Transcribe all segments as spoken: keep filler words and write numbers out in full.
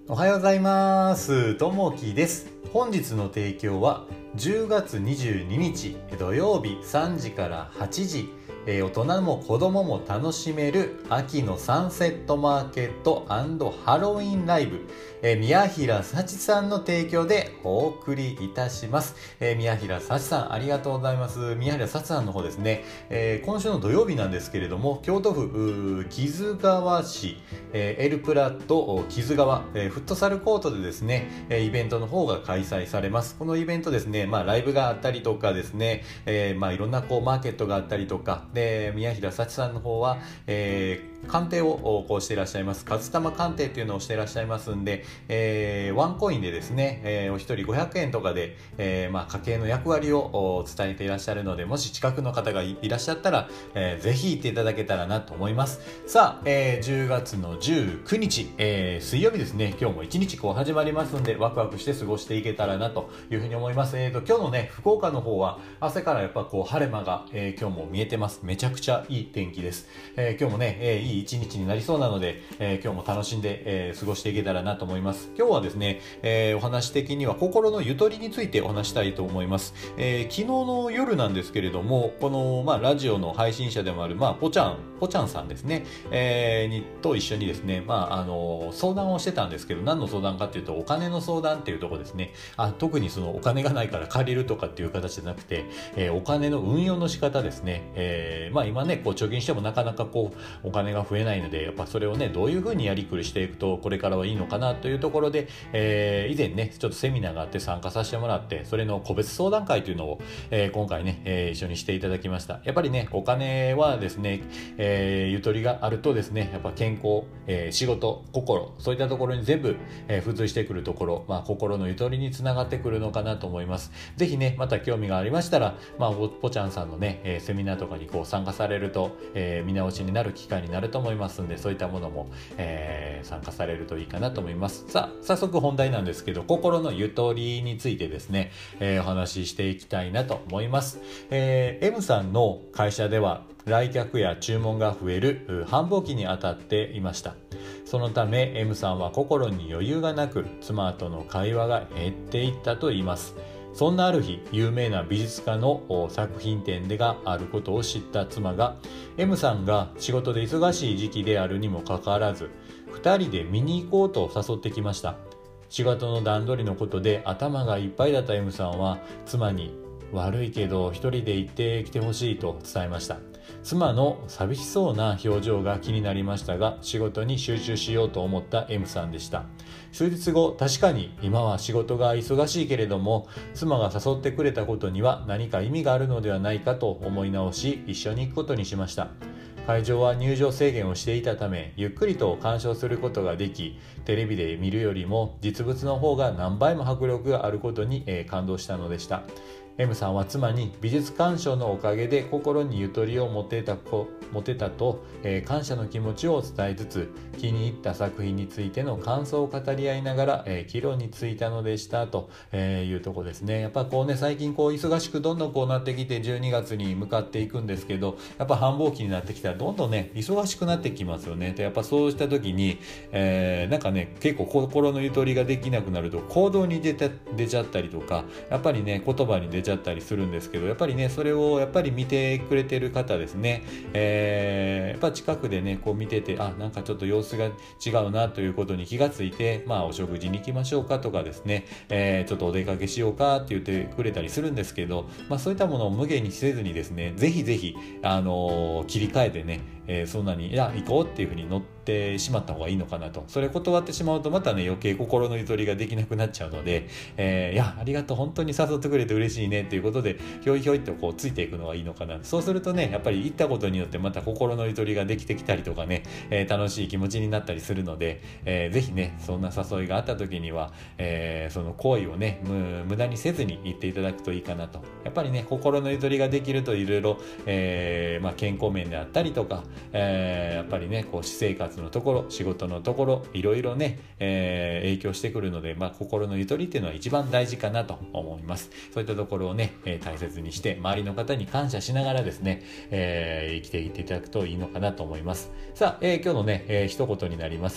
おはようございます。ともきです。本日の提供はじゅうがつにじゅうににち土曜日さんじからはちじ、えー、大人も子供も楽しめる秋のサンセットマーケット&ハロウィンライブ、えー、宮平幸さんの提供でお送りいたします。えー、宮平幸さんありがとうございます。宮平幸さんの方ですね、えー、今週の土曜日なんですけれども、京都府木津川市、えー、エルプラット木津川、えー、フットサルコートでですね、えー、イベントの方が開催されます。このイベントですね、まあライブがあったりとかですね、えー、まあいろんなこうマーケットがあったりとかで、宮平幸さんの方は、えー、鑑定をこうしていらっしゃいます。カズタマ鑑定っていうのをしていらっしゃいますんで、えー、ワンコインでですね、えー、お一人ごひゃくえんとかで、えー、まあ家計の役割を伝えていらっしゃるので、もし近くの方が い, いらっしゃったら、えー、ぜひ行っていただけたらなと思います。さあ、えー、じゅうがつのじゅうくにち、えー、水曜日ですね、今日も一日こう始まりますんで、ワクワクして過ごしていけたらなというふうに思います。えーと、今日のね、福岡の方は朝からやっぱこう晴れ間が、えー、今日も見えてます。めちゃくちゃいい天気です。えー、今日もね、えー、いい一日になりそうなので、えー、今日も楽しんで、えー、過ごしていけたらなと思います。今日はですね、えー、お話的には心のゆとりについてお話したいと思います。えー、昨日の夜なんですけれども、この、まあ、ラジオの配信者でもある、まあ、ぽちゃん、ぽちゃんさんですね、えー、にと一緒にですね、まあ、あの、相談をしてたんですけど、何の相談かっていうと、お金の相談っていうところですね。あ、特にそのお金がないから借りるとかっていう形じゃなくて、えー、お金の運用の仕方ですね。えー、まあ今ね、こう貯金してもなかなかこう、お金が増えないので、やっぱそれをね、どういうふうにやりくりしていくと、これからはいいのかなというところで、えー、以前ね、ちょっとセミナーがあって参加させてもらって、それの個別相談会というのを、えー、今回ね、えー、一緒にしていただきました。やっぱりね、お金はですね、えー、ゆとりがあるとですね、やっぱ健康、えー、仕事、心、そういったところに全部、えー、付随してくるところ、まあ心のゆとりにつながってくるのかなと思います。ぜひね、また興味がありましたら、まあ、ぽちゃんさんのね、えー、セミナーとかにこう参加されると、えー、見直しになる機会になると思いますんで、そういったものも、えー、参加されるといいかなと思います。さあ、早速本題なんですけど、心のゆとりについてですね、えー、お話ししていきたいなと思います。えー、M さんの会社では、来客や注文が増える繁忙期に当たっていました。そのため M さんは心に余裕がなく、妻との会話が減っていったと言います。そんなある日、有名な美術家の作品展でがあることを知った妻が、M さんが仕事で忙しい時期であるにもかかわらず、二人で見に行こうと誘ってきました。仕事の段取りのことで頭がいっぱいだった M さんは、妻に悪いけど一人で行ってきてほしいと伝えました。妻の寂しそうな表情が気になりましたが、仕事に集中しようと思った M さんでした。数日後、確かに今は仕事が忙しいけれども、妻が誘ってくれたことには何か意味があるのではないかと思い直し、一緒に行くことにしました。会場は入場制限をしていたため、ゆっくりと鑑賞することができ、テレビで見るよりも実物の方が何倍も迫力があることに、えー、感動したのでした。M さんは妻に美術鑑賞のおかげで心にゆとりを持てたこ持てたと、えー、感謝の気持ちを伝えつつ、気に入った作品についての感想を語り合いながら、えー、帰路についたのでしたと、えー、いうとこですね。やっぱこうね、最近こう忙しくどんどんこうなってきてじゅうにがつに向かっていくんですけど、やっぱ繁忙期になってきたらどんどんね忙しくなってきますよね。でやっぱそうした時に、えー、なんかね結構心のゆとりができなくなると行動に出た出ちゃったりとか、やっぱりね言葉に出ちゃったりするんですけど、やっぱりねそれをやっぱり見てくれてる方ですね、えー、やっぱ近くでねこう見てて、あなんかちょっと様子が違うなということに気がついて、まあお食事に行きましょうかとかですね、えー、ちょっとお出かけしようかって言ってくれたりするんですけど、まあそういったものを無限にせずにですね、ぜひぜひあのー、切り替えてね、えー、そんなにいや行こうっていうふうに乗ってしまった方がいいのかなと。それ断ってしまうとまたね余計心のゆとりができなくなっちゃうので、えー、いやありがとう本当に誘ってくれて嬉しいねっていうことでひょいひょいとこうついていくのがいいのかな。そうするとねやっぱり行ったことによってまた心のゆとりができてきたりとかね、えー、楽しい気持ちになったりするので、えー、ぜひねそんな誘いがあった時には、えー、その行為をね無駄にせずに行っていただくといいかなと。やっぱりね心のゆとりができるといろいろ、えーまあ、健康面であったりとか、えー、やっぱりねこう私生活のところ仕事のところいろいろね、えー、影響してくるので、まあ、心のゆとりっていうのは一番大事かなと思います。そういったところをね、えー、大切にして周りの方に感謝しながらですね、えー、生きていっていただくといいのかなと思います。さあ、えー、今日のね、えー、一言になります。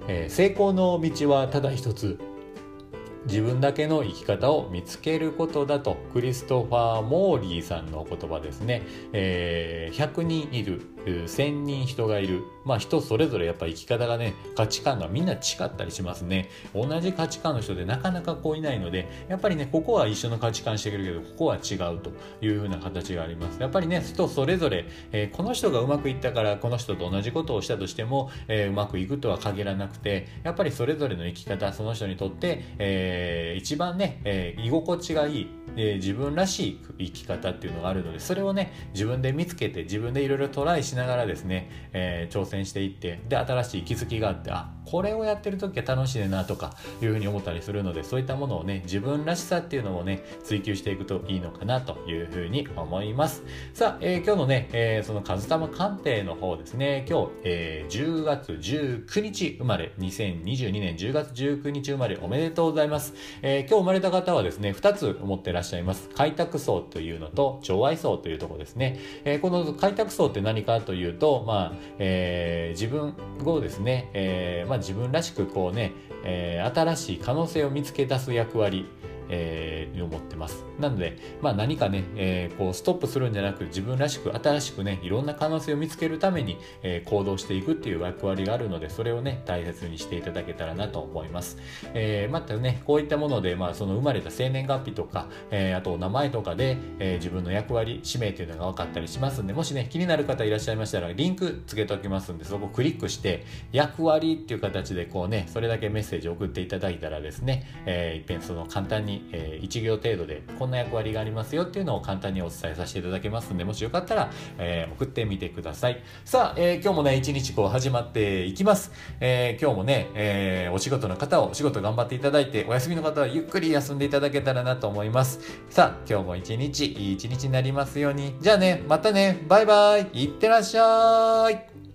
えー、成功の道はただ一つ、自分だけの生き方を見つけることだと、クリストファー・モーリーさんのお言葉ですね。えー、ひゃくにんいる、せんにん人がいる。まあ人それぞれやっぱ生き方がね、価値観がみんな違ったりしますね。同じ価値観の人でなかなかこういないので、やっぱりね、ここは一緒の価値観してくるけど、ここは違うというふうな形があります。やっぱりね、人それぞれ、えー、この人がうまくいったからこの人と同じことをしたとしても、えー、うまくいくとは限らなくて、やっぱりそれぞれの生き方、その人にとって、えー、一番ね、えー、居心地がいい、えー、自分らしい生き方っていうのがあるので、それをね、自分で見つけて、自分でいろいろトライしながらですね、えー、挑戦していって、で新しい気づきがあって、あ、これをやってる時は楽しいねなとかいうふうに思ったりするので、そういったものをね、自分らしさっていうのをね、追求していくといいのかなというふうに思います。さあ、えー、今日のね、えー、そのカズタマ鑑定の方ですね、今日、えー、じゅうがつじゅうくにち生まれ、にせんにじゅうにねんじゅうがつじゅうくにち生まれ、おめでとうございます。えー、今日生まれた方はですね、ふたつ持ってらっしゃいます。開拓層というのと寵愛層というところですね。えー、この開拓層って何かというと、まあ、えー、自分をですね、えーまあ、自分らしくこうね、えー、新しい可能性を見つけ出す役割、えー、を持ってます。なので、まあ、何かね、えー、こうストップするんじゃなく、自分らしく新しくね、いろんな可能性を見つけるために、えー、行動していくっていう役割があるので、それをね、大切にしていただけたらなと思います。えー、またね、こういったもので、まあ、その生まれた生年月日とか、えー、あとお名前とかで、えー、自分の役割、使命というのが分かったりしますんで、もしね、気になる方いらっしゃいましたら、リンクつけておきますんで、そこをクリックして、役割っていう形でこうね、それだけメッセージを送っていただいたらですね、えー、一遍その簡単に、えー、いち行程度でこんな役割がありますよっていうのを簡単にお伝えさせていただけますんで、もしよかったら、えー、送ってみてください。さあ、えー、今日もね、一日こう始まっていきます。えー、今日もね、えー、お仕事の方はお仕事頑張っていただいて、お休みの方はゆっくり休んでいただけたらなと思います。さあ、今日も一日いい一日になりますように。じゃあね、またね、バイバイ、いってらっしゃい。